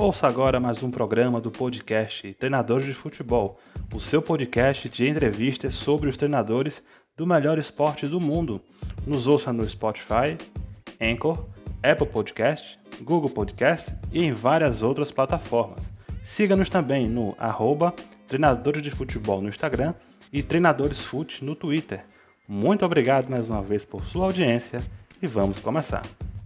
Ouça agora mais um programa do podcast Treinadores de Futebol, o seu podcast de entrevistas sobre os treinadores do melhor esporte do mundo. Nos ouça no Spotify, Anchor, Apple Podcast, Google Podcast e em várias outras plataformas. Siga-nos também no @Treinadores de Futebol no Instagram e TreinadoresFut no Twitter. Muito obrigado mais uma vez por sua audiência e vamos começar.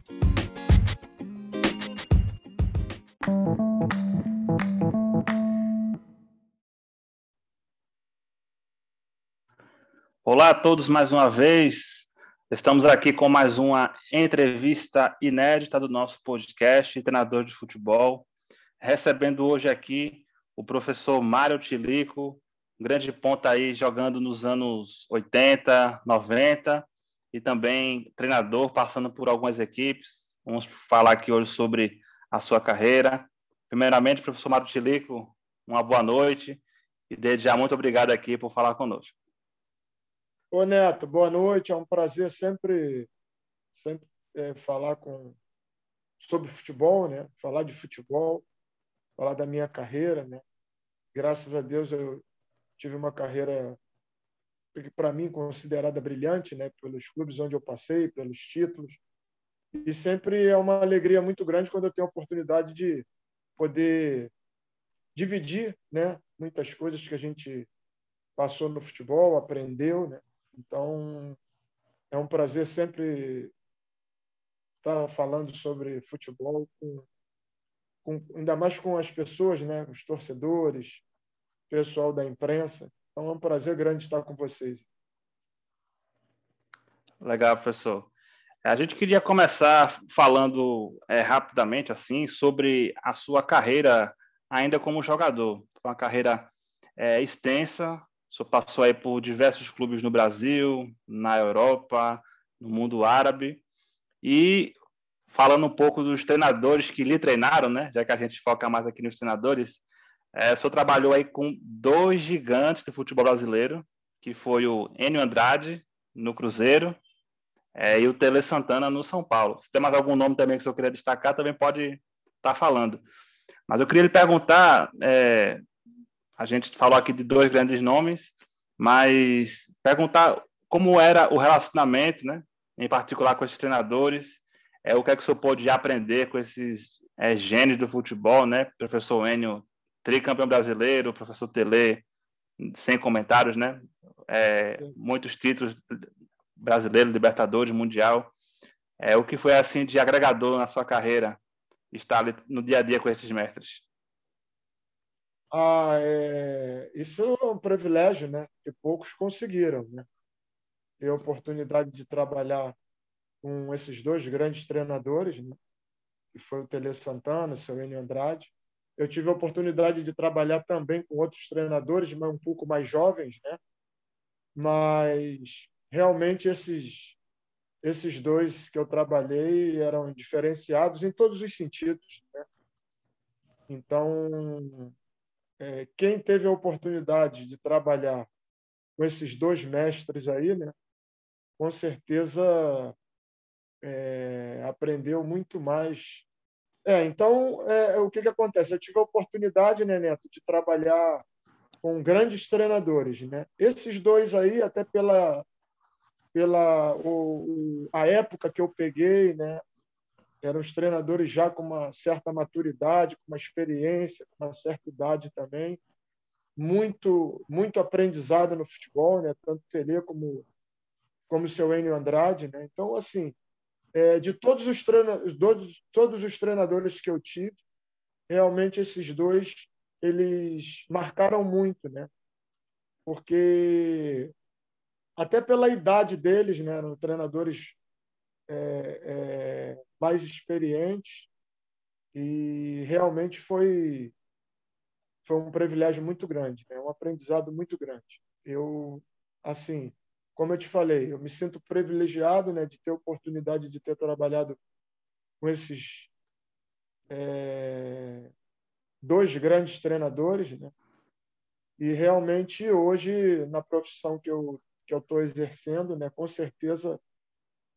Olá a todos mais uma vez. Estamos aqui com mais uma entrevista inédita do nosso podcast Treinador de Futebol, recebendo hoje aqui o professor Mário Tilico, um grande ponta aí jogando nos anos 80, 90 e também treinador passando por algumas equipes. Vamos falar aqui hoje sobre a sua carreira. Primeiramente, professor Mário Tilico, uma boa noite e desde já muito obrigado aqui por falar conosco. Ô Neto, boa noite. É um prazer sempre falar sobre futebol, né? Falar de futebol, falar da minha carreira, né? Graças a Deus eu tive uma carreira, para mim, considerada brilhante, né? Pelos clubes onde eu passei, pelos títulos. E sempre é uma alegria muito grande quando eu tenho a oportunidade de poder dividir, né? Muitas coisas que a gente passou no futebol, aprendeu, né? Então, é um prazer sempre estar falando sobre futebol, ainda mais com as pessoas, né? Os torcedores, pessoal da imprensa. Então, é um prazer grande estar com vocês. Legal, professor. A gente queria começar falando rapidamente assim sobre a sua carreira ainda como jogador. Foi uma carreira extensa. O senhor passou aí por diversos clubes no Brasil, na Europa, no mundo árabe. E falando um pouco dos treinadores que lhe treinaram, né? Já que a gente foca mais aqui nos treinadores, o senhor trabalhou aí com dois gigantes do futebol brasileiro, que foi o Enio Andrade no Cruzeiro e o Tele Santana no São Paulo. Se tem mais algum nome também que o senhor queria destacar, também pode estar falando. Mas eu queria lhe perguntar, a gente falou aqui de dois grandes nomes, mas perguntar como era o relacionamento, né, em particular com esses treinadores, o que é que o senhor pôde aprender com esses gênios do futebol, né, professor Enio, tricampeão brasileiro, professor Tele, sem comentários, né, muitos títulos brasileiro, Libertadores, Mundial. O que foi assim de agregador na sua carreira estar ali no dia a dia com esses mestres? Isso é um privilégio, né? Que poucos conseguiram, né? Ter a oportunidade de trabalhar com esses dois grandes treinadores, né? Que foi o Tele Santana, o seu Enio Andrade. Eu tive a oportunidade de trabalhar também com outros treinadores, mas um pouco mais jovens, né? Mas realmente esses dois que eu trabalhei eram diferenciados em todos os sentidos, né? Então, quem teve a oportunidade de trabalhar com esses dois mestres aí, né, com certeza aprendeu muito mais. Então, o que acontece? Eu tive a oportunidade, né, Neto, de trabalhar com grandes treinadores, né? Esses dois aí, até a época que eu peguei, né, eram os treinadores já com uma certa maturidade, com uma experiência, com uma certa idade também, muito aprendizado no futebol, né, tanto o Tele como o seu Enio Andrade, né? Então, assim, de todos os treinadores que eu tive, realmente esses dois eles marcaram muito, né? Porque até pela idade deles, né, eram treinadores mais experientes e realmente foi um privilégio muito grande, né? Um aprendizado muito grande. Eu, assim, como eu te falei, eu me sinto privilegiado, né, de ter a oportunidade de ter trabalhado com esses dois grandes treinadores, né? E realmente hoje na profissão que eu estou exercendo, né, com certeza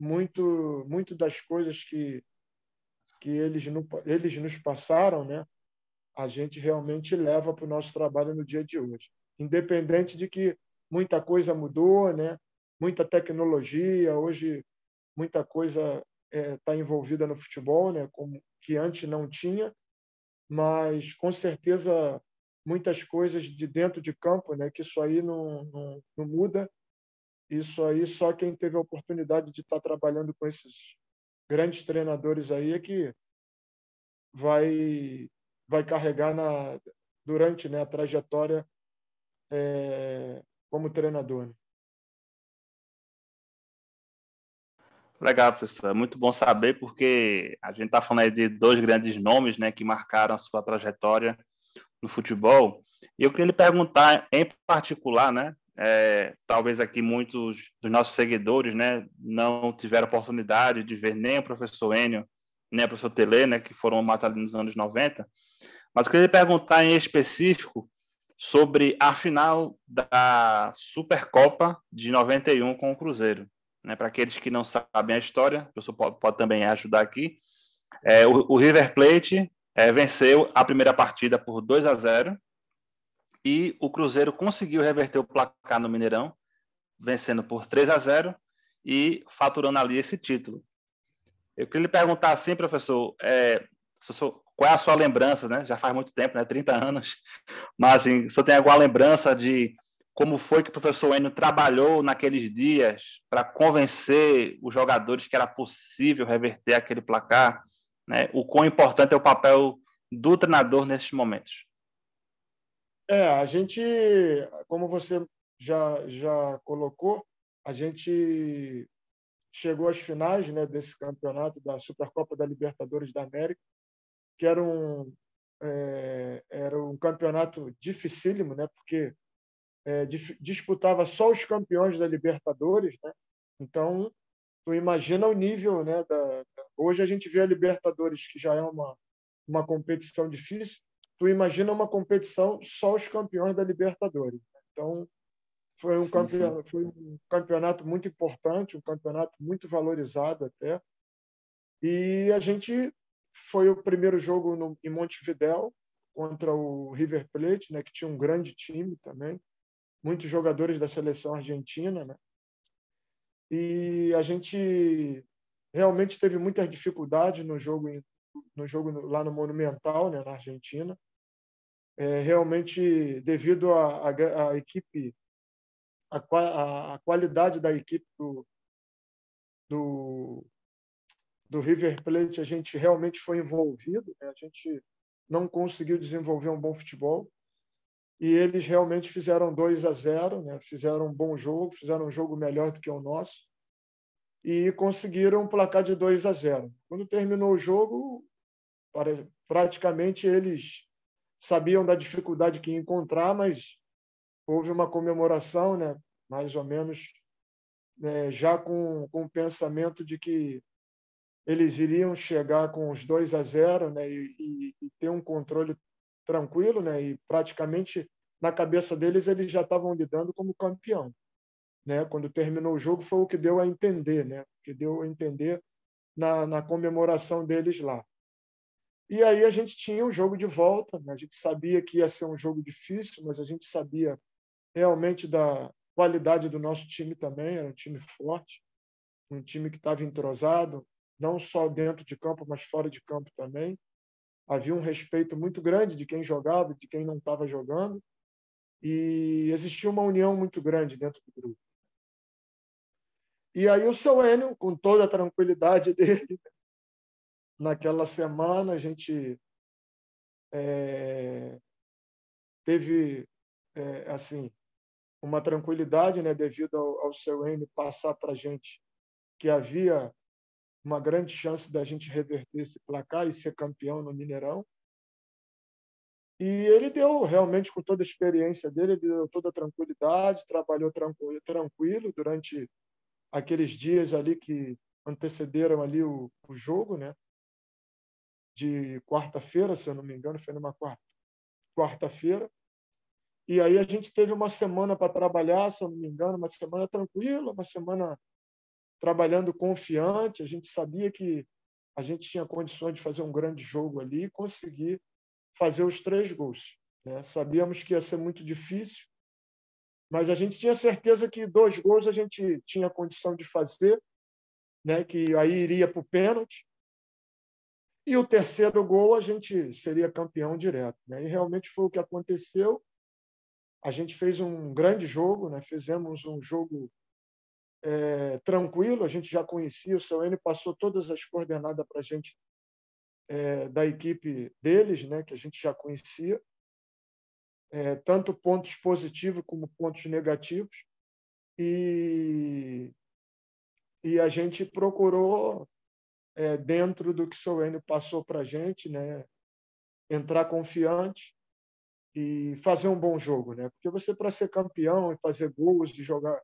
muito das coisas que eles nos passaram, né, a gente realmente leva para o nosso trabalho no dia de hoje. Independente de que muita coisa mudou, né? Muita tecnologia, hoje muita coisa está envolvida no futebol, né? Como que antes não tinha, mas com certeza muitas coisas de dentro de campo, né? Que isso aí não muda. Isso aí só quem teve a oportunidade de estar trabalhando com esses grandes treinadores aí é que vai carregar durante, né, a trajetória como treinador. Né? Legal, professor. É muito bom saber, porque a gente está falando aí de dois grandes nomes, né, que marcaram a sua trajetória no futebol. E eu queria lhe perguntar, em particular, né, talvez aqui muitos dos nossos seguidores, né, não tiveram oportunidade de ver nem o professor Enio, nem o professor Tele, né, que foram mais ali nos anos 90, mas eu queria lhe perguntar em específico sobre a final da Supercopa de 91 com o Cruzeiro. Né, para aqueles que não sabem a história, o professor pode também ajudar aqui. O River Plate venceu a primeira partida por 2-0 e o Cruzeiro conseguiu reverter o placar no Mineirão, vencendo por 3-0 e faturando ali esse título. Eu queria lhe perguntar assim, professor, qual é a sua lembrança, né? Já faz muito tempo, né? 30 anos, mas assim, o senhor tem alguma lembrança de como foi que o professor Enio trabalhou naqueles dias para convencer os jogadores que era possível reverter aquele placar, né? O quão importante é o papel do treinador nesses momentos? A gente, como você já colocou, a gente chegou às finais, né, desse campeonato da Supercopa da Libertadores da América, que era um campeonato dificílimo, né, porque disputava só os campeões da Libertadores, né? Então, tu imagina o nível, né? Hoje a gente vê a Libertadores, que já é uma competição difícil. Tu imagina uma competição só os campeões da Libertadores. Então, Sim, sim. foi um campeonato muito importante, um campeonato muito valorizado até. E a gente foi o primeiro jogo em Montevidéu contra o River Plate, né? Que tinha um grande time também, muitos jogadores da seleção argentina, né? E a gente realmente teve muitas dificuldades no jogo lá no Monumental, né, na Argentina. Realmente devido à equipe, a qualidade da equipe do, do River Plate, a gente realmente foi envolvido, né? A gente não conseguiu desenvolver um bom futebol. E eles realmente fizeram 2-0, né? Fizeram um bom jogo, fizeram um jogo melhor do que o nosso e conseguiram um placar de 2-0. Quando terminou o jogo, praticamente eles sabiam da dificuldade que ia encontrar, mas houve uma comemoração, né? Mais ou menos, né? Já com o pensamento de que eles iriam chegar com os 2-0, né? E ter um controle tranquilo, né? E praticamente na cabeça deles eles já estavam lidando como campeão, né? Quando terminou o jogo foi o que deu a entender, né? Que deu a entender na comemoração deles lá. E aí a gente tinha um jogo de volta, né? A gente sabia que ia ser um jogo difícil, mas a gente sabia realmente da qualidade do nosso time também, era um time forte, um time que estava entrosado, não só dentro de campo, mas fora de campo também. Havia um respeito muito grande de quem jogava, de quem não estava jogando, e existia uma união muito grande dentro do grupo. E aí o seu Enio, com toda a tranquilidade dele, naquela semana a gente teve assim uma tranquilidade, né, devido ao seu Enio passar para a gente que havia uma grande chance da gente reverter esse placar e ser campeão no Mineirão. E ele deu realmente, com toda a experiência dele, ele deu toda a tranquilidade, trabalhou tranquilo durante aqueles dias ali que antecederam ali o jogo, né? De quarta-feira, se eu não me engano, foi numa quarta-feira. E aí a gente teve uma semana para trabalhar, se eu não me engano, uma semana tranquila, uma semana trabalhando confiante. A gente sabia que a gente tinha condições de fazer um grande jogo ali e conseguir fazer os 3 gols, né? Sabíamos que ia ser muito difícil, mas a gente tinha certeza que 2 gols a gente tinha condição de fazer, né? Que aí iria para o pênalti. E o terceiro gol a gente seria campeão direto, né? E realmente foi o que aconteceu. A gente fez um grande jogo, né? Fizemos um jogo tranquilo. A gente já conhecia, o seu Enio passou todas as coordenadas para a gente da equipe deles, né? Que a gente já conhecia, tanto pontos positivos como pontos negativos. E a gente procurou, dentro do que o seu Enio passou para a gente, né? Entrar confiante e fazer um bom jogo, né? Porque você, para ser campeão e fazer gols e jogar,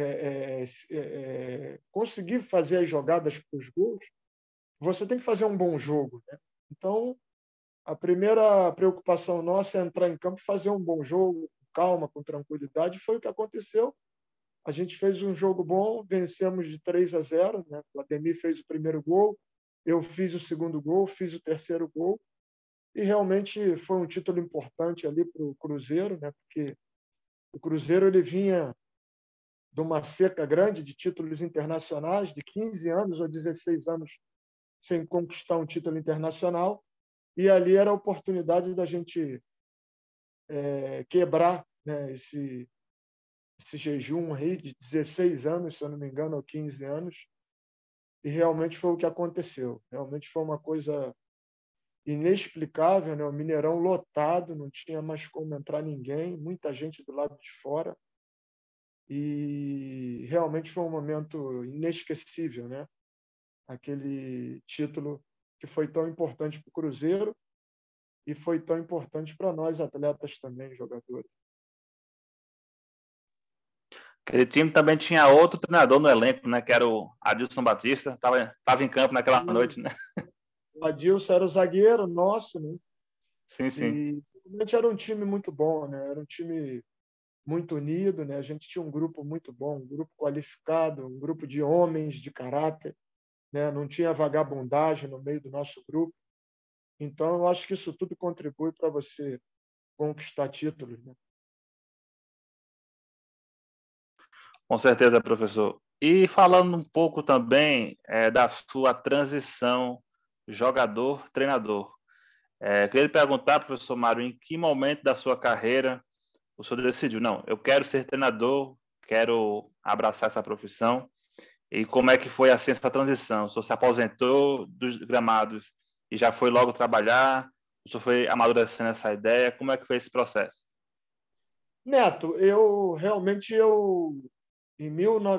conseguir fazer as jogadas para os gols, você tem que fazer um bom jogo, né? Então, a primeira preocupação nossa é entrar em campo e fazer um bom jogo, com calma, com tranquilidade. Foi o que aconteceu. A gente fez um jogo bom, vencemos de 3-0, né? O Ademir fez o primeiro gol, eu fiz o segundo gol, fiz o terceiro gol. E realmente foi um título importante ali para o Cruzeiro, né? Porque o Cruzeiro ele vinha de uma seca grande de títulos internacionais, de 15 anos ou 16 anos sem conquistar um título internacional, e ali era a oportunidade da gente quebrar, né, esse jejum aí de 16 anos, se eu não me engano, ou 15 anos, e realmente foi o que aconteceu. Realmente foi uma coisa inexplicável, né? O Mineirão lotado, não tinha mais como entrar ninguém, muita gente do lado de fora, e realmente foi um momento inesquecível, né? Aquele título que foi tão importante para o Cruzeiro e foi tão importante para nós atletas também, jogadores. Aquele time também tinha outro treinador no elenco, né? Que era o Adilson Batista, estava em campo naquela noite, né? O Adilson era o zagueiro nosso, né? Sim, sim. E realmente era um time muito bom, né? Era um time muito unido, né? A gente tinha um grupo muito bom, um grupo qualificado, um grupo de homens de caráter, né? Não tinha vagabundagem no meio do nosso grupo. Então, eu acho que isso tudo contribui para você conquistar títulos, né? Com certeza, professor. E falando um pouco também da sua transição jogador-treinador. Queria lhe perguntar, professor Mário, em que momento da sua carreira o senhor decidiu, não, eu quero ser treinador, quero abraçar essa profissão, e como é que foi assim essa transição? O senhor se aposentou dos gramados e já foi logo trabalhar? O senhor foi amadurecendo essa ideia? Como é que foi esse processo? Neto, eu realmente em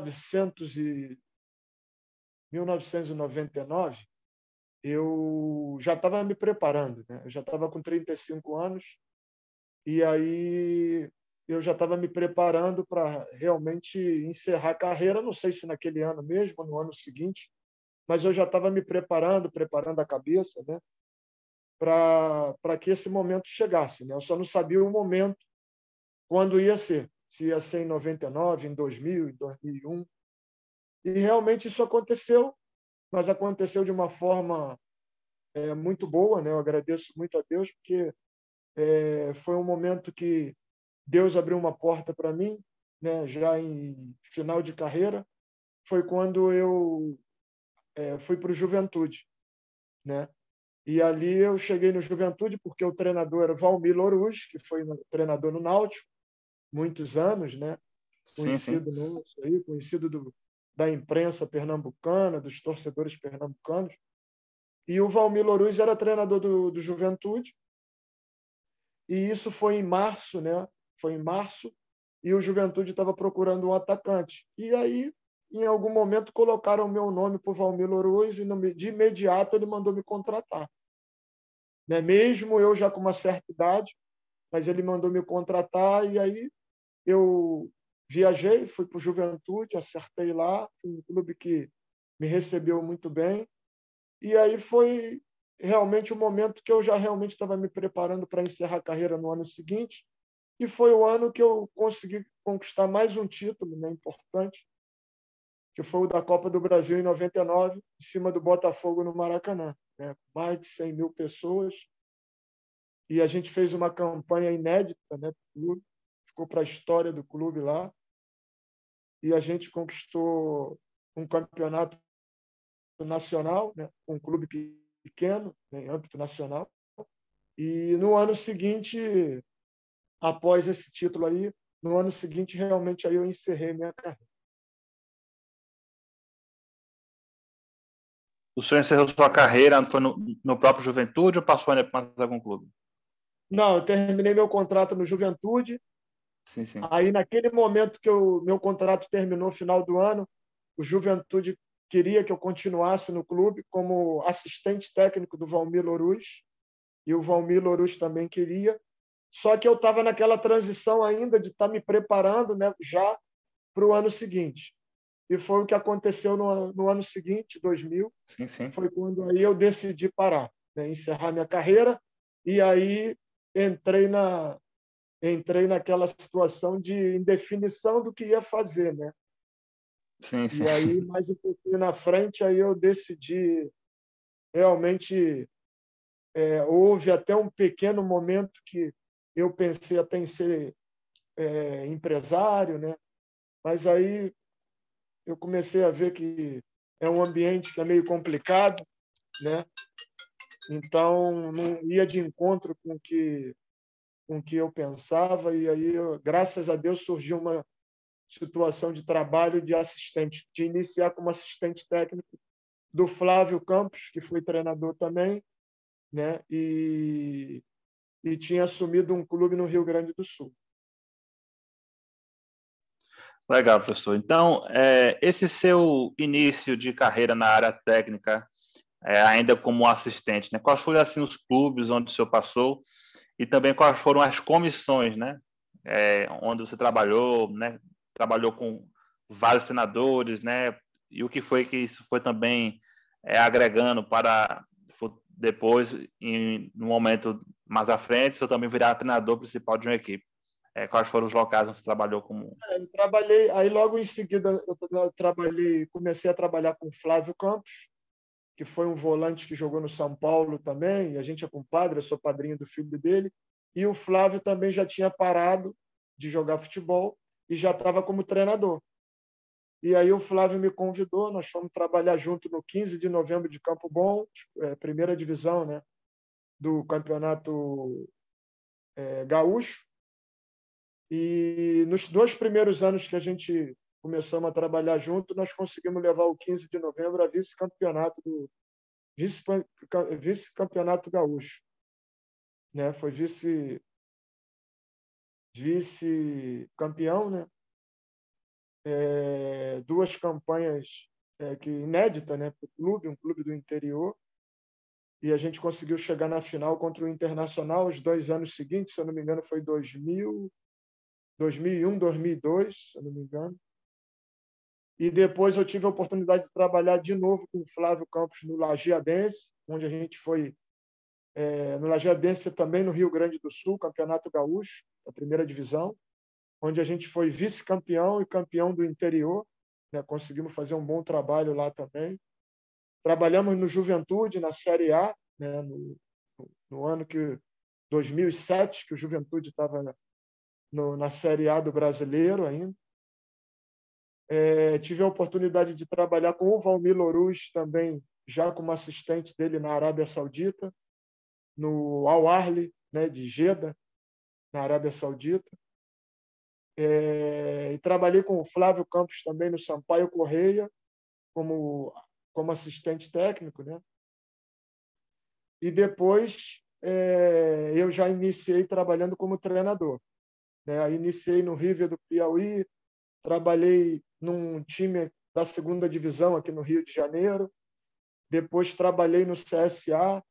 1999 eu já estava me preparando, né? Eu já estava com 35 anos e aí eu já estava me preparando para realmente encerrar a carreira, não sei se naquele ano mesmo, ou no ano seguinte, mas eu já estava me preparando a cabeça, né, para que esse momento chegasse, né? Eu só não sabia o momento quando ia ser, se ia ser em 99, em 2000, em 2001. E realmente isso aconteceu, mas aconteceu de uma forma muito boa, né? Eu agradeço muito a Deus, porque foi um momento que Deus abriu uma porta para mim, né? Já em final de carreira, foi quando eu fui para o Juventude, né? E ali eu cheguei no Juventude porque o treinador era o Valmir Louruz, que foi treinador no Náutico muitos anos, né? Sim, sim. Conhecido nosso aí, conhecido da imprensa pernambucana, dos torcedores pernambucanos. E o Valmir Louruz era treinador do Juventude. E isso foi em março, né? Foi em março, e o Juventude estava procurando um atacante. E aí, em algum momento, colocaram o meu nome para o Valmir Louruz e de imediato ele mandou me contratar. Né? Mesmo eu já com uma certa idade, mas ele mandou me contratar e aí eu viajei, fui para o Juventude, acertei lá, fui um clube que me recebeu muito bem. E aí foi realmente o momento que eu já realmente estava me preparando para encerrar a carreira no ano seguinte. E foi o ano que eu consegui conquistar mais um título, né, importante, que foi o da Copa do Brasil em 99, em cima do Botafogo no Maracanã. Né? Mais de 100 mil pessoas. e a gente fez uma campanha inédita, né, para o clube, ficou para a história do clube lá, e a gente conquistou um campeonato nacional, né, um clube pequeno, né, em âmbito nacional. E no ano seguinte, após esse título aí, no ano seguinte, realmente aí eu encerrei minha carreira. O senhor encerrou sua carreira, foi no próprio Juventude ou passou ainda para mais algum clube? Não, eu terminei meu contrato no Juventude. Sim, sim. Aí, naquele momento que o meu contrato terminou, no final do ano, o Juventude queria que eu continuasse no clube como assistente técnico do Valmir Louruz, e o Valmir Louruz também queria. Só que eu estava naquela transição ainda de estar me preparando, né, já para o ano seguinte. E foi o que aconteceu no ano seguinte, 2000, Sim, sim. foi quando aí eu decidi parar, né, encerrar minha carreira, e aí entrei naquela situação de indefinição do que ia fazer, né? Sim, sim. E aí, mais um pouquinho na frente, aí eu decidi realmente, houve até um pequeno momento que eu pensei até em ser empresário, né? Mas aí eu comecei a ver que é um ambiente que é meio complicado, né? Então não ia de encontro com o que eu pensava, e aí, graças a Deus, surgiu uma situação de trabalho de assistente, de iniciar como assistente técnico do Flávio Campos, que foi treinador também, né? E tinha assumido um clube no Rio Grande do Sul. Legal, professor. Então, esse seu início de carreira na área técnica, ainda como assistente, né? Quais foram assim os clubes onde o senhor passou e também quais foram as comissões, né? Onde você trabalhou, né? Trabalhou com vários senadores, né? E o que foi que isso foi também agregando para depois, no momento mais à frente, o senhor também virar treinador principal de uma equipe. Quais foram os locais onde você trabalhou como... Eu trabalhei, aí logo em seguida comecei a trabalhar com o Flávio Campos, que foi um volante que jogou no São Paulo também, e a gente é compadre, eu sou padrinho do filho dele, e o Flávio também já tinha parado de jogar futebol e já estava como treinador. E aí o Flávio me convidou, nós fomos trabalhar junto no 15 de novembro de Campo Bom, primeira divisão, né, do campeonato gaúcho. E nos 2 primeiros anos que a gente começamos a trabalhar junto, nós conseguimos levar o 15 de novembro a vice-campeonato gaúcho, né? Foi vice-campeão, né? 2 campanhas que inédita, né, para o clube, um clube do interior, e a gente conseguiu chegar na final contra o Internacional os 2 anos seguintes, se eu não me engano, foi 2001, 2002, se eu não me engano. E depois eu tive a oportunidade de trabalhar de novo com o Flávio Campos no Lajeadense, onde a gente foi no Lajeadense também no Rio Grande do Sul, Campeonato Gaúcho, a primeira divisão, onde a gente foi vice-campeão e campeão do interior, né? Conseguimos fazer um bom trabalho lá também. Trabalhamos no Juventude, na Série A, né? No ano 2007, que o Juventude estava na Série A do Brasileiro ainda. Tive a oportunidade de trabalhar com o Valmir Louruz também, já como assistente dele na Arábia Saudita, no Al Ahly, né, de Jeddah, na Arábia Saudita. E trabalhei com o Flávio Campos também no Sampaio Correia, como assistente técnico, né? E depois eu já iniciei trabalhando como treinador, né? Iniciei no River do Piauí, trabalhei num time da segunda divisão aqui no Rio de Janeiro, depois trabalhei no CSA,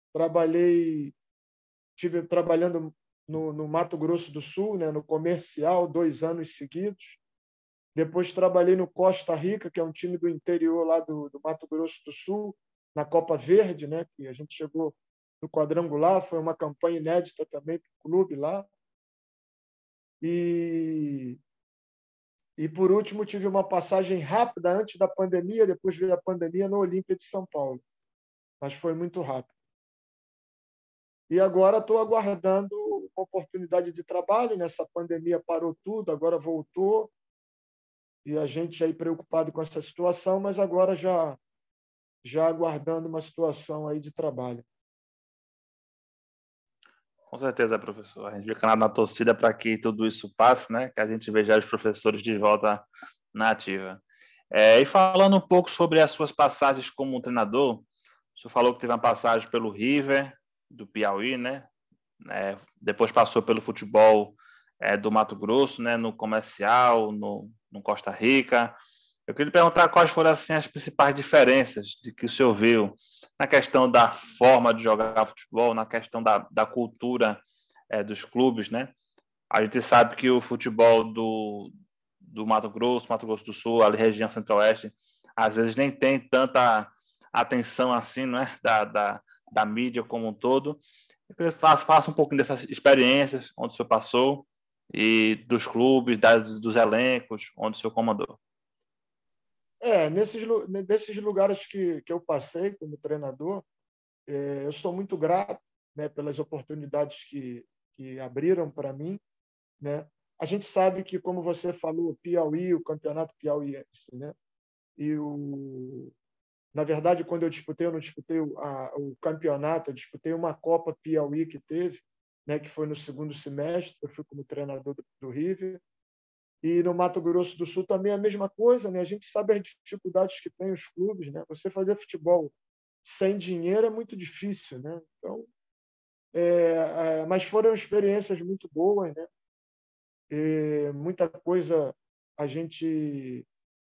tive trabalhando no Mato Grosso do Sul, né, no comercial, 2 anos seguidos. Depois trabalhei no Costa Rica, que é um time do interior lá do Mato Grosso do Sul, na Copa Verde, né, que a gente chegou no quadrangular, foi uma campanha inédita também para o clube lá. E por último, tive uma passagem rápida antes da pandemia, depois veio a pandemia no Olímpia de São Paulo. Mas foi muito rápido. E agora estou aguardando uma oportunidade de trabalho. Nessa pandemia parou tudo, agora voltou, e a gente aí preocupado com essa situação, mas agora já aguardando uma situação aí de trabalho. Com certeza, professor. A gente fica na torcida para que tudo isso passe, né? Que a gente veja os professores de volta na ativa. E falando um pouco sobre as suas passagens como treinador, o senhor falou que teve uma passagem pelo River, do Piauí, né? Depois passou pelo futebol do Mato Grosso, né? No Comercial, no Costa Rica. Eu queria lhe perguntar quais foram assim, as principais diferenças de que o senhor viu na questão da forma de jogar futebol, na questão da cultura dos clubes, né? A gente sabe que o futebol do Mato Grosso do Sul, ali região centro-oeste, às vezes nem tem tanta atenção assim, não é? Da mídia como um todo. Eu queria que faça um pouquinho dessas experiências onde o senhor passou e dos clubes, dos elencos onde o senhor comandou. Nesses lugares que eu passei como treinador, eu sou muito grato, né, pelas oportunidades que abriram para mim, né? A gente sabe que, como você falou, Piauí, o campeonato piauiense, né? Na verdade, quando eu não disputei o campeonato, eu disputei uma Copa Piauí que teve, né, que foi no segundo semestre, eu fui como treinador do River. E no Mato Grosso do Sul também é a mesma coisa, né? A gente sabe as dificuldades que tem os clubes, né? Você fazer futebol sem dinheiro é muito difícil, né? Então, mas foram experiências muito boas, né? Muita coisa a gente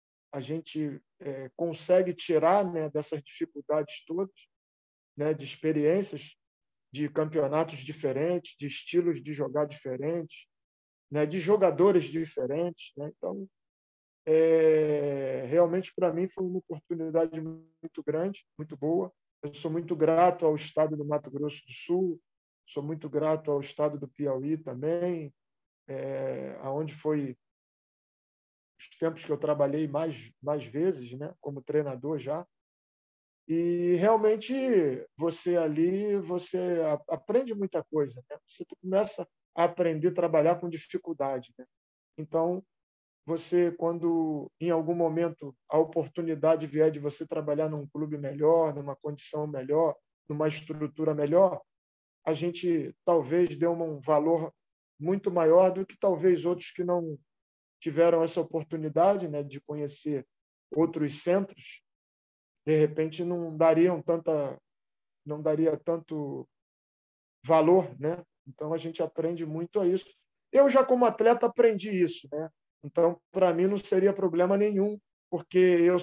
consegue tirar, né, dessas dificuldades todas, né? De experiências, de campeonatos diferentes, de estilos de jogar diferentes, né? De jogadores diferentes, né? Então, realmente para mim foi uma oportunidade muito grande, muito boa. Eu sou muito grato ao estado do Mato Grosso do Sul, sou muito grato ao estado do Piauí também, aonde foi os tempos que eu trabalhei mais vezes, né, como treinador já. E realmente você ali você aprende muita coisa, né? Você começa a aprender a trabalhar com dificuldade, né? Então, você, quando em algum momento a oportunidade vier de você trabalhar num clube melhor, numa condição melhor, numa estrutura melhor, a gente talvez dê um valor muito maior do que talvez outros que não tiveram essa oportunidade, né, de conhecer outros centros, de repente não daria tanto valor, né? Então a gente aprende muito a isso. Eu já como atleta aprendi isso, né? Então para mim não seria problema nenhum, porque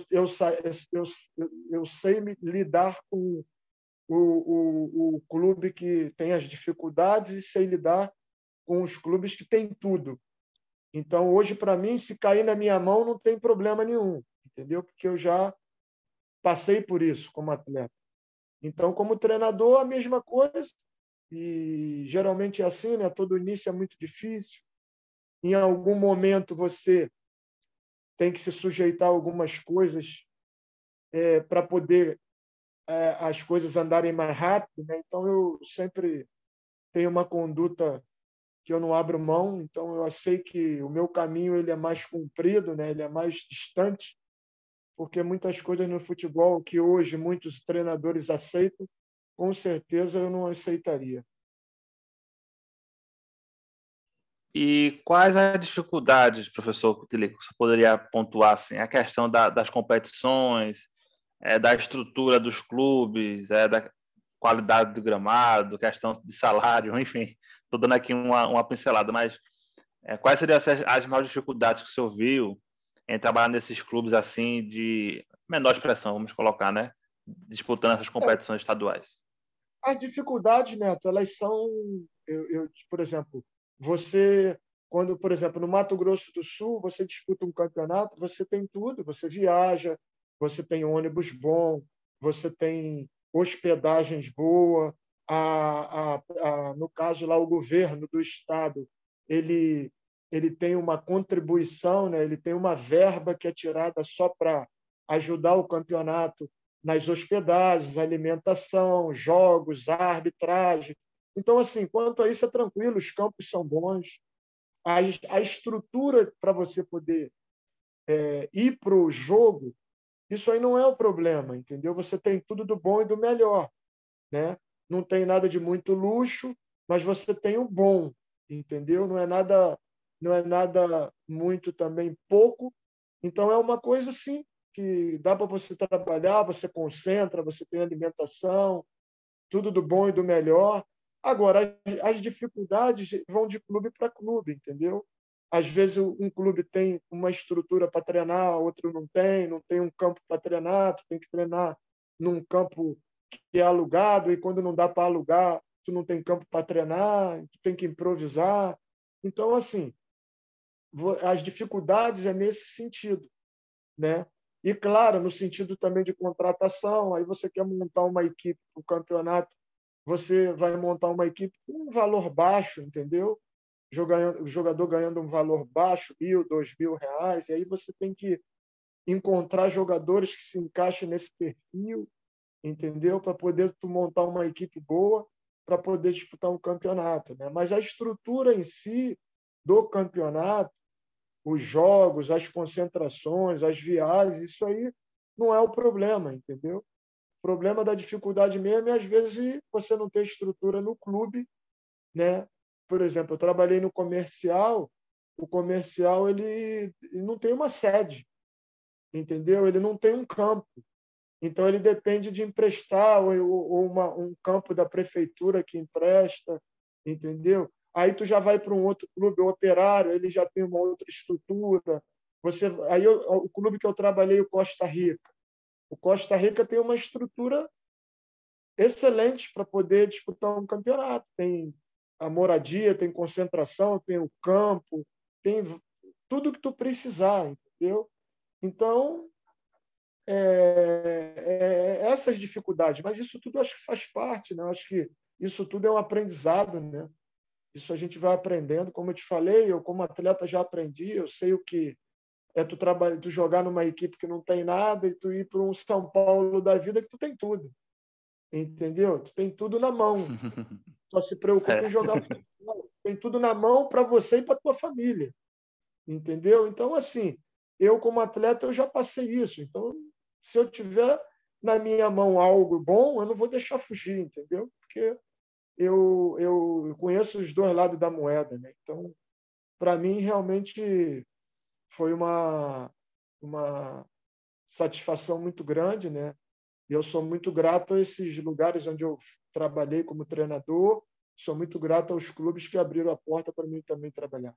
eu sei lidar com o clube que tem as dificuldades e sei lidar com os clubes que têm tudo. Então hoje para mim se cair na minha mão não tem problema nenhum, entendeu? Porque eu já passei por isso como atleta. Então como treinador a mesma coisa. E geralmente é assim, né? Todo início é muito difícil. Em algum momento você tem que se sujeitar a algumas coisas para poder as coisas andarem mais rápido, né? Então eu sempre tenho uma conduta que eu não abro mão. Então eu sei que o meu caminho ele é mais comprido, né? Ele é mais distante, porque muitas coisas no futebol que hoje muitos treinadores aceitam, com certeza eu não aceitaria. E quais as dificuldades, professor Tilico, que você poderia pontuar assim? A questão das competições, da estrutura dos clubes, da qualidade do gramado, questão de salário, enfim, estou dando aqui uma pincelada, mas quais seriam as maiores dificuldades que o senhor viu em trabalhar nesses clubes assim de menor expressão, vamos colocar, né? Disputando essas competições estaduais? As dificuldades, Neto, elas são, por exemplo, você, quando, por exemplo, no Mato Grosso do Sul, você disputa um campeonato, você tem tudo, você viaja, você tem ônibus bom, você tem hospedagens boa, no caso lá, o governo do estado, ele, ele tem uma contribuição, né? Ele tem uma verba que é tirada só para ajudar o campeonato nas hospedagens, alimentação, jogos, arbitragem. Então, assim, quanto a isso é tranquilo, os campos são bons, a estrutura para você poder ir para o jogo, isso aí não é o problema, entendeu? Você tem tudo do bom e do melhor, né? Não tem nada de muito luxo, mas você tem o bom, entendeu? Não é nada muito também pouco. Então é uma coisa assim que dá para você trabalhar, você concentra, você tem alimentação, tudo do bom e do melhor. Agora, as dificuldades vão de clube para clube, entendeu? Às vezes um clube tem uma estrutura para treinar, outro não tem um campo para treinar, tu tem que treinar num campo que é alugado, e quando não dá para alugar, tu não tem campo para treinar, tu tem que improvisar. Então, assim, as dificuldades é nesse sentido, né? E, claro, no sentido também de contratação, aí você quer montar uma equipe para o campeonato, você vai montar uma equipe com um valor baixo, entendeu? O jogador ganhando um valor baixo, R$ 1.000, R$ 2.000, e aí você tem que encontrar jogadores que se encaixem nesse perfil, entendeu? Para poder tu montar uma equipe boa para poder disputar um campeonato, né? Mas a estrutura em si do campeonato, os jogos, as concentrações, as viagens, isso aí não é o problema, entendeu? O problema da dificuldade mesmo é, às vezes, você não ter estrutura no clube, né? Por exemplo, eu trabalhei no comercial, o comercial ele não tem uma sede, entendeu? Ele não tem um campo. Então, ele depende de emprestar ou um campo da prefeitura que empresta, entendeu? Aí tu já vai para um outro clube, o Operário, ele já tem uma outra estrutura. O clube que eu trabalhei, o Costa Rica. O Costa Rica tem uma estrutura excelente para poder disputar um campeonato. Tem a moradia, tem concentração, tem o campo, tem tudo que tu precisar, entendeu? Então, essas dificuldades, mas isso tudo acho que faz parte, né? Acho que isso tudo é um aprendizado, né? Isso a gente vai aprendendo, como eu te falei, eu como atleta já aprendi, eu sei o que é tu jogar numa equipe que não tem nada e tu ir para um São Paulo da vida que tu tem tudo, entendeu? Tu tem tudo na mão, só se preocupa em É. jogar futebol. Tem tudo na mão para você e para tua família, entendeu? Então, assim, eu como atleta eu já passei isso. Então, se eu tiver na minha mão algo bom, eu não vou deixar fugir, entendeu? Porque eu conheço os dois lados da moeda, né? Então, para mim, realmente foi uma satisfação muito grande, né? E eu sou muito grato a esses lugares onde eu trabalhei como treinador, sou muito grato aos clubes que abriram a porta para mim também trabalhar.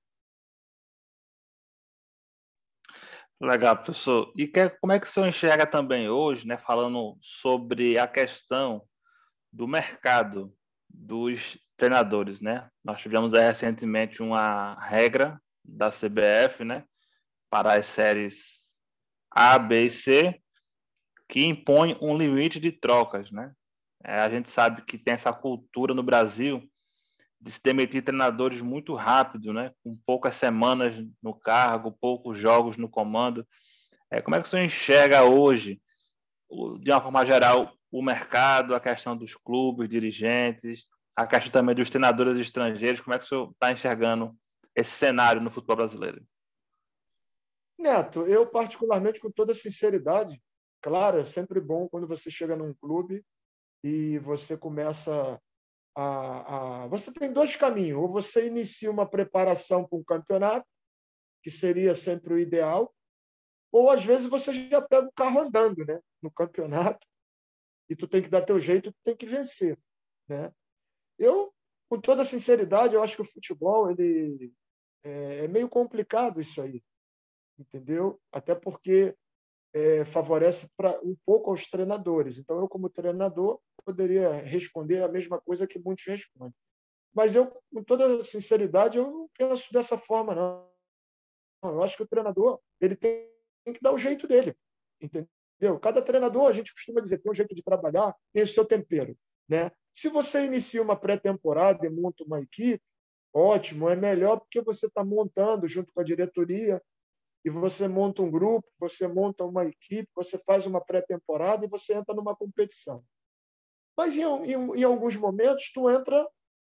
Legal, professor. E como é que o senhor enxerga também hoje, né, falando sobre a questão do mercado dos treinadores, né? Nós tivemos recentemente uma regra da CBF, né, para as séries A, B e C, que impõe um limite de trocas, né? A gente sabe que tem essa cultura no Brasil de se demitir treinadores muito rápido, né? Com poucas semanas no cargo, poucos jogos no comando. Como é que o senhor enxerga hoje, de uma forma geral, o mercado, a questão dos clubes, dirigentes, a questão também dos treinadores estrangeiros? Como é que o senhor está enxergando esse cenário no futebol brasileiro? Neto, eu particularmente, com toda sinceridade, claro, é sempre bom quando você chega num clube e você começa você tem dois caminhos. Ou você inicia uma preparação para um campeonato, que seria sempre o ideal, ou às vezes você já pega o carro andando, né, no campeonato, e tu tem que dar teu jeito, tu tem que vencer, né? Eu, com toda sinceridade, eu acho que o futebol ele é meio complicado isso aí, entendeu? Até porque favorece um pouco aos treinadores. Então, eu, como treinador, poderia responder a mesma coisa que muitos respondem. Mas eu, com toda sinceridade, eu não penso dessa forma, não. Eu acho que o treinador ele tem que dar o jeito dele, entendeu? Cada treinador, a gente costuma dizer, tem um jeito de trabalhar, tem o seu tempero, né? Se você inicia uma pré-temporada e monta uma equipe, ótimo, é melhor porque você está montando junto com a diretoria e você monta um grupo, você monta uma equipe, você faz uma pré-temporada e você entra numa competição. Mas em alguns momentos tu entra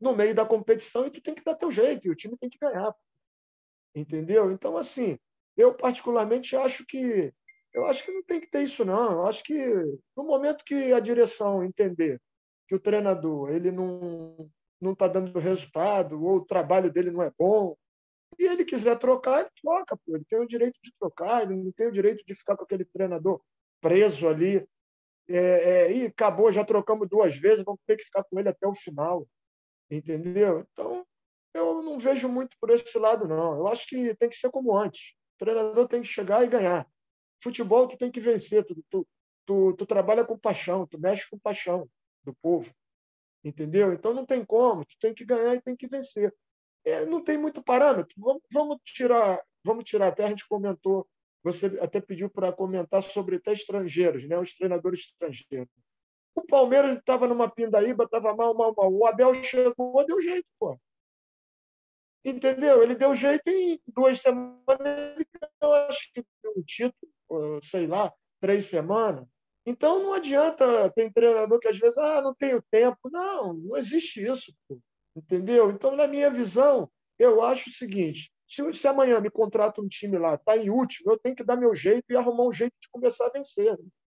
no meio da competição e tu tem que dar teu jeito, e o time tem que ganhar. Entendeu? Então, assim, eu particularmente eu acho que não tem que ter isso, não. Eu acho que no momento que a direção entender que o treinador ele não está dando resultado, ou o trabalho dele não é bom, e ele quiser trocar, ele troca, pô. Ele tem o direito de trocar, ele não tem o direito de ficar com aquele treinador preso ali. E acabou, já trocamos 2 vezes, vamos ter que ficar com ele até o final. Entendeu? Então, eu não vejo muito por esse lado, não. Eu acho que tem que ser como antes. O treinador tem que chegar e ganhar. Futebol, tu tem que vencer. Tu trabalha com paixão, tu mexe com paixão do povo. Entendeu? Então, não tem como. Tu tem que ganhar e tem que vencer. Não tem muito parâmetro. Vamos tirar. Até a gente comentou, você até pediu para comentar sobre até estrangeiros, né? Os treinadores estrangeiros. O Palmeiras estava numa pindaíba, estava mal. O Abel chegou, deu jeito, pô. Entendeu? Ele deu jeito em 2 semanas, ele ganhou, acho que um título, sei lá, 3 semanas. Então não adianta, tem treinador que às vezes, não tenho tempo. Não, não existe isso, pô. Entendeu? Então, na minha visão, eu acho o seguinte: se amanhã me contrata um time lá, está em último, eu tenho que dar meu jeito e arrumar um jeito de começar a vencer.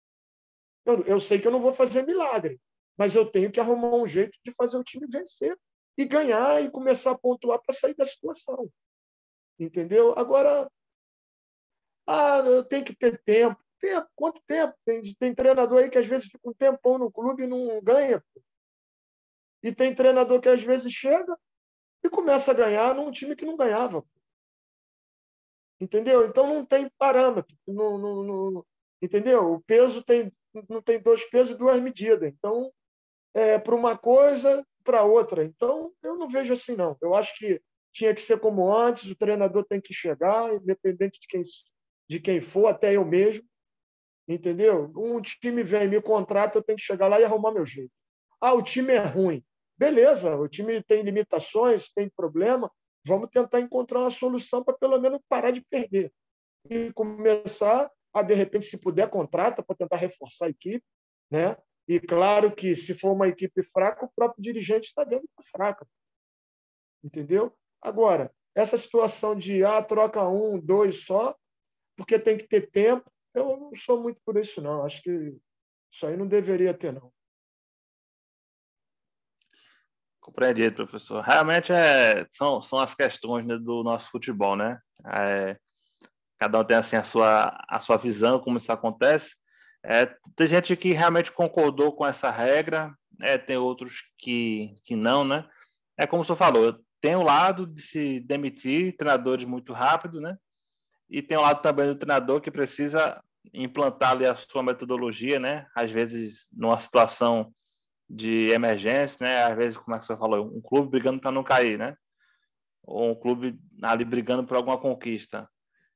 Eu sei que eu não vou fazer milagre, mas eu tenho que arrumar um jeito de fazer o time vencer e ganhar e começar a pontuar para sair da situação. Entendeu? Agora, eu tenho que ter tempo. Tempo? Quanto tempo? Tem treinador aí que às vezes fica um tempão no clube e não ganha. E tem treinador que às vezes chega e começa a ganhar num time que não ganhava. Entendeu? Então não tem parâmetro. Entendeu? O peso não tem 2 pesos e 2 medidas. Então, para uma coisa, para outra. Então, eu não vejo assim, não. Eu acho que tinha que ser como antes, o treinador tem que chegar, independente de quem for, até eu mesmo, entendeu? Um time vem, me contrata, eu tenho que chegar lá e arrumar meu jeito. O time é ruim. Beleza, o time tem limitações, tem problema, vamos tentar encontrar uma solução para pelo menos parar de perder. E começar a, de repente, se puder, contrata para tentar reforçar a equipe, né? E claro que, se for uma equipe fraca, o próprio dirigente está vendo que é fraca. Entendeu? Agora, essa situação de troca 1, 2 só, porque tem que ter tempo, eu não sou muito por isso, não. Acho que isso aí não deveria ter, não. Compreendido, professor. Realmente são as questões, né, do nosso futebol, né? Cada um tem assim a sua visão, como isso acontece. Tem gente que realmente concordou com essa regra, tem outros que não, né? É como o senhor falou, tem o lado de se demitir treinadores muito rápido, né? E tem o lado também do treinador que precisa implantar ali a sua metodologia, né? Às vezes, numa situação de emergência, né? Às vezes, como é que o senhor falou, um clube brigando para não cair, né? Ou um clube ali brigando por alguma conquista.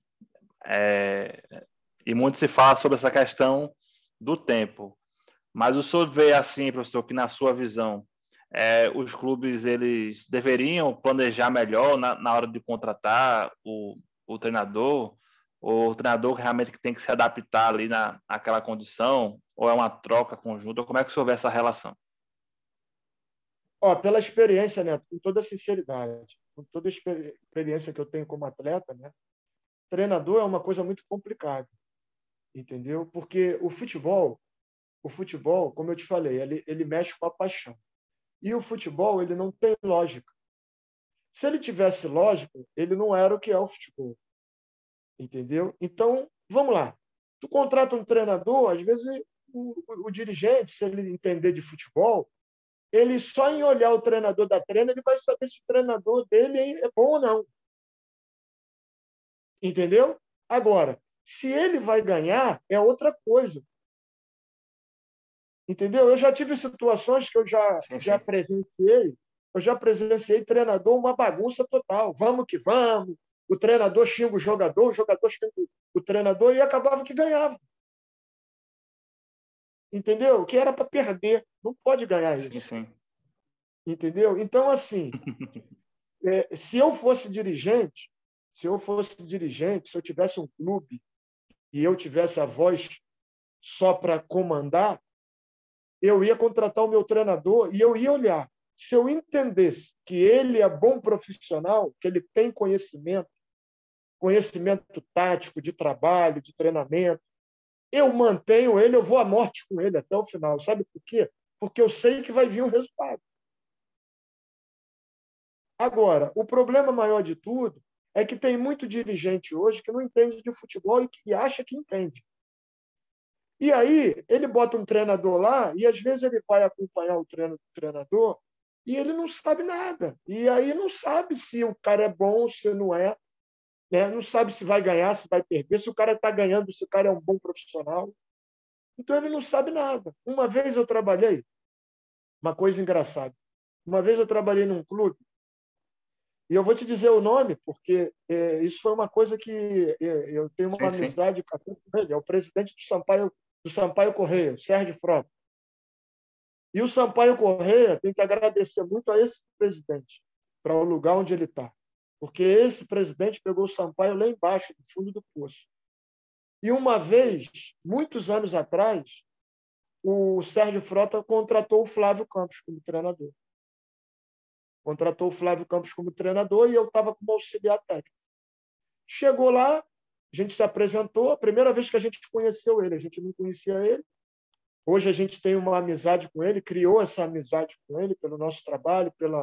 E muito se fala sobre essa questão do tempo. Mas o senhor vê assim, professor, que na sua visão, os clubes eles deveriam planejar melhor na hora de contratar o treinador, ou o treinador realmente que tem que se adaptar ali naquela condição, ou é uma troca conjunta? Como é que o senhor vê essa relação? Pela experiência, né? Com toda a sinceridade, com toda a experiência que eu tenho como atleta, né? Treinador é uma coisa muito complicada, entendeu? Porque o futebol, como eu te falei, ele mexe com a paixão. E o futebol, ele não tem lógica. Se ele tivesse lógica, ele não era o que é o futebol, entendeu? Então, vamos lá. Tu contrata um treinador, às vezes o dirigente, se ele entender de futebol, ele só em olhar o treinador da treina, ele vai saber se o treinador dele é bom ou não, entendeu? Agora, se ele vai ganhar, é outra coisa. Entendeu? Eu já tive situações que já Sim. presenciei. Eu já presenciei treinador uma bagunça total. Vamos que vamos. O treinador xinga o jogador xinga o treinador e acabava que ganhava. Entendeu? Que era para perder. Não pode ganhar Sim, isso. sim. Entendeu? Então, assim, se eu fosse dirigente, se eu tivesse um clube e eu tivesse a voz só para comandar, eu ia contratar o meu treinador e eu ia olhar. se eu entendesse que ele é bom profissional, que ele tem conhecimento tático, de trabalho, de treinamento, eu mantenho ele, eu vou à morte com ele até o final. Sabe por quê? Porque eu sei que vai vir um resultado. Agora, o problema maior de tudo é que tem muito dirigente hoje que não entende de futebol e que acha que entende. E aí, ele bota um treinador lá e, às vezes, ele vai acompanhar o treino do treinador e ele não sabe nada. E aí não sabe se o cara é bom, se não é, né? Não sabe se vai ganhar, se vai perder, se o cara está ganhando, se o cara é um bom profissional. Então, ele não sabe nada. Uma vez eu trabalhei, uma coisa engraçada, uma vez eu trabalhei num clube, e eu vou te dizer o nome, porque isso foi uma coisa que eu tenho uma Sim, sim. amizade com ele, é o presidente do Sampaio Correia, Sérgio Frota. E o Sampaio Correia tem que agradecer muito a esse presidente, para o lugar onde ele está. Porque esse presidente pegou o Sampaio lá embaixo, no fundo do poço. E uma vez, muitos anos atrás, o Sérgio Frota contratou o Flávio Campos como treinador. Contratou o Flávio Campos como treinador e eu estava como auxiliar técnico. Chegou lá, a gente se apresentou, a primeira vez que a gente conheceu ele, a gente não conhecia ele. Hoje a gente tem uma amizade com ele, criou essa amizade com ele pelo nosso trabalho, pela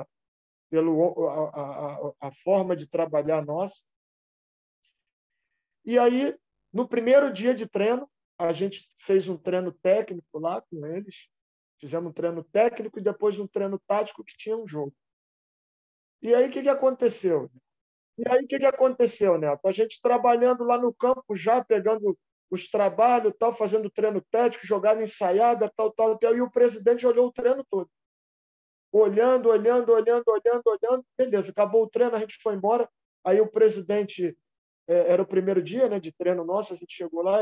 a forma de trabalhar nossa. E aí, no primeiro dia de treino, a gente fez um treino técnico lá com eles, fizemos um treino técnico e depois um treino tático que tinha um jogo. E aí, o que aconteceu? Neto? A gente trabalhando lá no campo já, pegando os trabalhos, tal, fazendo treino técnico, jogada ensaiada, tal, e o presidente olhou o treino todo. Olhando. Beleza, acabou o treino, a gente foi embora. Aí o presidente, era o primeiro dia, né, de treino nosso, a gente chegou lá,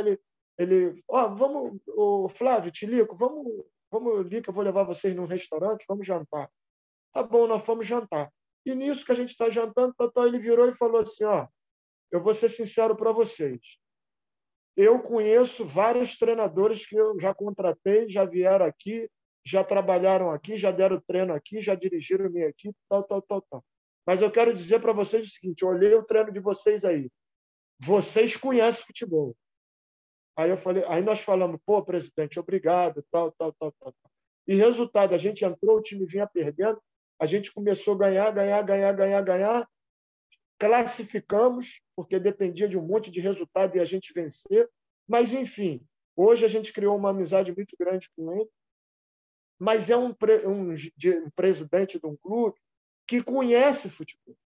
vamos, o Flávio, Tilico, vamos ali que eu vou levar vocês num restaurante, vamos jantar. Tá bom, nós fomos jantar. E nisso que a gente está jantando, ele virou e falou assim, eu vou ser sincero para vocês. Eu conheço vários treinadores que eu já contratei, já vieram aqui, já trabalharam aqui, já deram treino aqui, já dirigiram minha equipe, tal. Mas eu quero dizer para vocês o seguinte, eu olhei o treino de vocês aí. Vocês conhecem futebol. Aí nós falamos, pô, presidente, obrigado, tal. E resultado, a gente entrou, o time vinha perdendo, a gente começou a ganhar, classificamos, porque dependia de um monte de resultado e a gente vencer. Mas, enfim, hoje a gente criou uma amizade muito grande com ele, mas é um presidente de um clube que conhece futebol.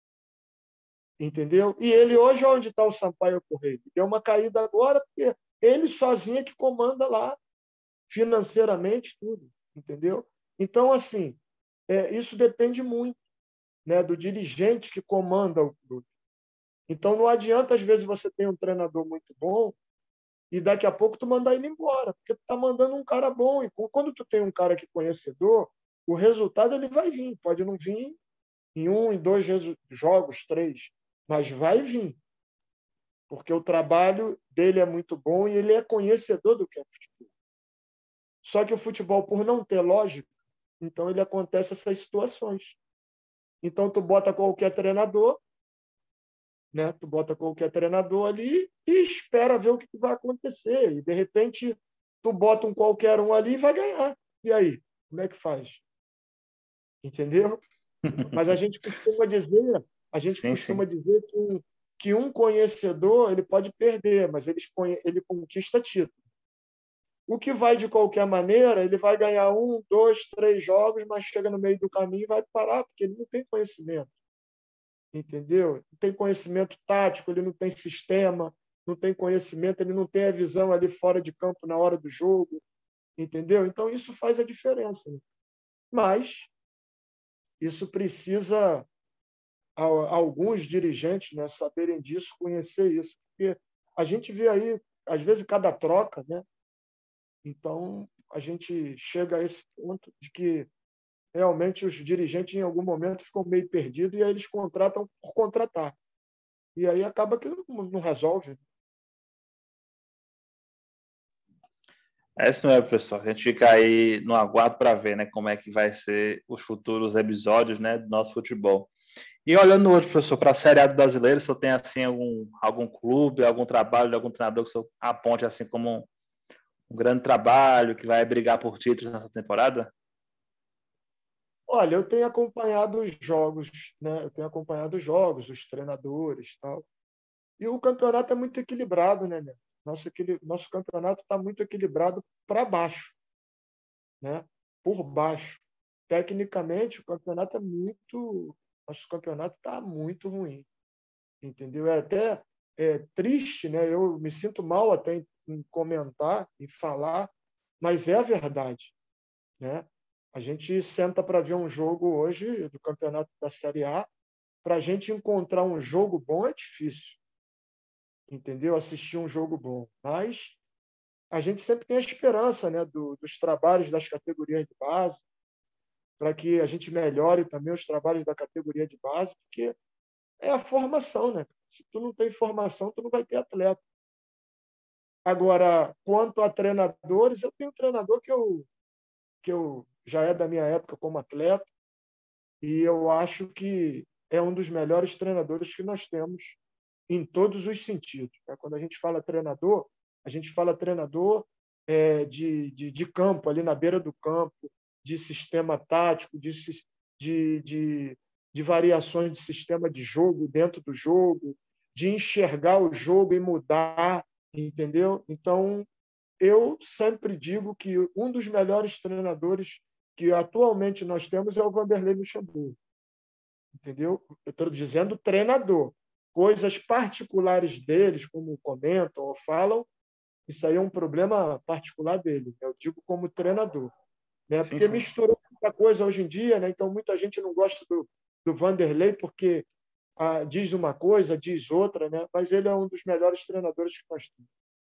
Entendeu? E ele hoje, onde está o Sampaio Correia? Deu uma caída agora, porque ele sozinho é que comanda lá financeiramente tudo. Entendeu? Então, assim, isso depende muito, né, do dirigente que comanda o clube. Então, não adianta, às vezes, você ter um treinador muito bom e daqui a pouco tu mandar ele embora, porque tu está mandando um cara bom. E quando tu tem um cara que é conhecedor, o resultado ele vai vir. Pode não vir em 1, em 2 jogos, 3, mas vai vir. Porque o trabalho dele é muito bom e ele é conhecedor do que é futebol. Só que o futebol, por não ter lógica, então ele acontece essas situações. Então, tu bota qualquer treinador, né? Tu bota qualquer treinador ali e espera ver o que vai acontecer. E, de repente, tu bota um qualquer um ali e vai ganhar. E aí? Como é que faz? Entendeu? Mas a gente costuma dizer, Sim. que um conhecedor ele pode perder, mas ele conquista título. O que vai de qualquer maneira, ele vai ganhar 1, 2, 3 jogos, mas chega no meio do caminho e vai parar, porque ele não tem conhecimento. Entendeu? Não tem conhecimento tático, ele não tem sistema, não tem conhecimento, ele não tem a visão ali fora de campo na hora do jogo, entendeu? Então isso faz a diferença. Né? Mas isso precisa alguns dirigentes, né, saberem disso, conhecer isso, porque a gente vê aí às vezes cada troca, né? Então a gente chega a esse ponto de que realmente os dirigentes, em algum momento, ficam meio perdidos e aí eles contratam por contratar. E aí acaba que não resolve. É isso mesmo, professor. A gente fica aí no aguardo para ver, né, como é que vai ser os futuros episódios, né, do nosso futebol. E olhando hoje, professor, para a Série A do Brasileiro, o senhor tem assim algum clube, algum trabalho de algum treinador que o senhor aponte assim como um grande trabalho que vai brigar por títulos nessa temporada? Olha, eu tenho acompanhado os jogos, né? Eu tenho acompanhado os jogos, os treinadores, tal. E o campeonato é muito equilibrado, né? Nosso campeonato está muito equilibrado para baixo, né? Por baixo. Tecnicamente, o campeonato é muito. Nosso campeonato está muito ruim, entendeu? É até triste, né? Eu me sinto mal até em comentar, em falar, mas é a verdade, né? A gente senta para ver um jogo hoje do campeonato da Série A, para a gente encontrar um jogo bom é difícil, entendeu? Assistir um jogo bom, mas a gente sempre tem a esperança, né, dos trabalhos das categorias de base, para que a gente melhore também os trabalhos da categoria de base, porque é a formação, né? Se tu não tem formação, tu não vai ter atleta. Agora, quanto a treinadores, eu tenho um treinador que eu já é da minha época como atleta, e eu acho que é um dos melhores treinadores que nós temos em todos os sentidos, né? Quando a gente fala treinador de campo, ali na beira do campo, de sistema tático, de, de, de variações de sistema de jogo dentro do jogo, de enxergar o jogo e mudar, entendeu? Então, eu sempre digo que um dos melhores treinadores que atualmente nós temos é o Vanderlei Luxemburgo, entendeu? Eu estou dizendo treinador. Coisas particulares deles, como comentam ou falam, isso aí é um problema particular dele. Eu digo como treinador, né? Sim, Porque sim. misturou muita coisa hoje em dia, né? Então muita gente não gosta do Vanderlei porque diz uma coisa, diz outra, né? Mas ele é um dos melhores treinadores que nós temos.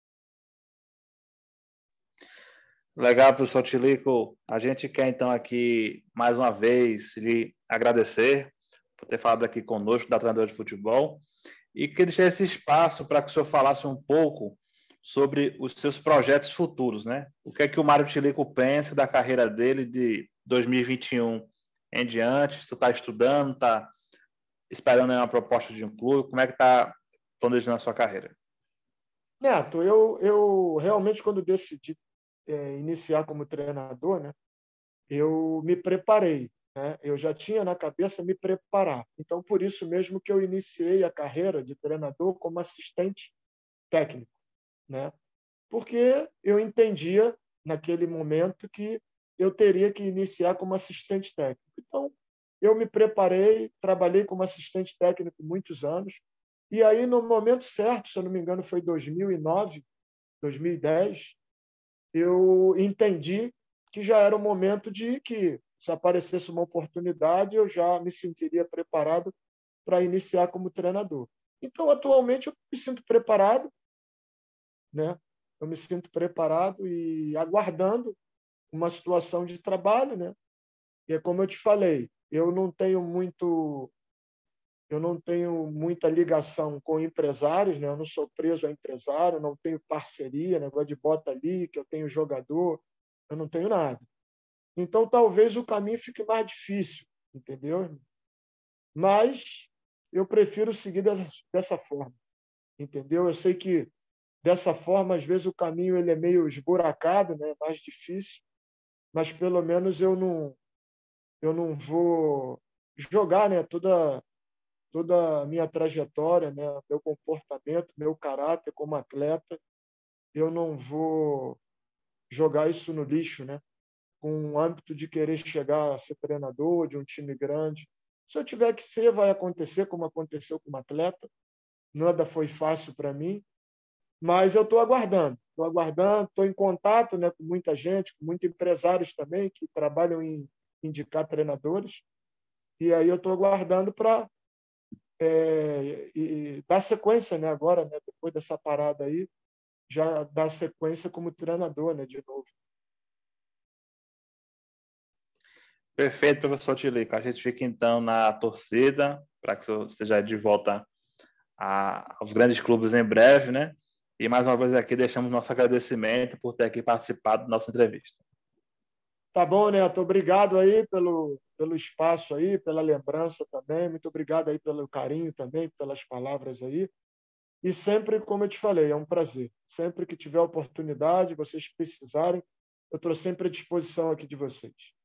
Legal, professor Tilico. A gente quer então aqui mais uma vez lhe agradecer por ter falado aqui conosco da treinadora de futebol e que deixar esse espaço para que o senhor falasse um pouco sobre os seus projetos futuros, né? O que é que o Mário Tilico pensa da carreira dele de 2021 em diante? Você está estudando, está esperando uma proposta de um clube? Como é que está planejando a sua carreira? Neto, eu realmente, quando decidi iniciar como treinador, né? Eu me preparei, né? Eu já tinha na cabeça me preparar. Então, por isso mesmo que eu iniciei a carreira de treinador como assistente técnico, né? Porque eu entendia naquele momento que eu teria que iniciar como assistente técnico. Então, eu me preparei, trabalhei como assistente técnico muitos anos, e aí no momento certo, se eu não me engano, foi 2009, 2010, eu entendi que já era o momento de que, se aparecesse uma oportunidade, eu já me sentiria preparado para iniciar como treinador. Então, atualmente, eu me sinto preparado, né? Eu me sinto preparado e aguardando uma situação de trabalho, né? E é como eu te falei, eu não tenho muita ligação com empresários, né? Eu não sou preso a empresário, não tenho parceria, negócio de bota ali, que eu tenho jogador, eu não tenho nada. Então, talvez o caminho fique mais difícil, entendeu? Mas eu prefiro seguir dessa forma, entendeu? Eu sei que dessa forma, às vezes, o caminho ele é meio esburacado, né? Mais difícil, mas pelo menos eu não vou jogar, né? Toda a minha trajetória, né? Meu comportamento, meu caráter como atleta, eu não vou jogar isso no lixo, né? Com o âmbito de querer chegar a ser treinador de um time grande. Se eu tiver que ser, vai acontecer, como aconteceu com um atleta. Nada foi fácil para mim, mas eu estou aguardando, estou em contato, né, com muita gente, com muitos empresários também que trabalham em indicar treinadores, e aí eu estou aguardando para dar sequência, né, agora, né, depois dessa parada aí, já dar sequência como treinador, né, de novo. Perfeito, professor Tilico. A gente fica então na torcida para que você esteja de volta aos grandes clubes em breve, né? E mais uma vez aqui deixamos nosso agradecimento por ter aqui participado da nossa entrevista. Tá bom, Neto. Obrigado aí pelo espaço aí, pela lembrança também. Muito obrigado aí pelo carinho também, pelas palavras aí. E sempre, como eu te falei, é um prazer. Sempre que tiver oportunidade, vocês precisarem, eu estou sempre à disposição aqui de vocês.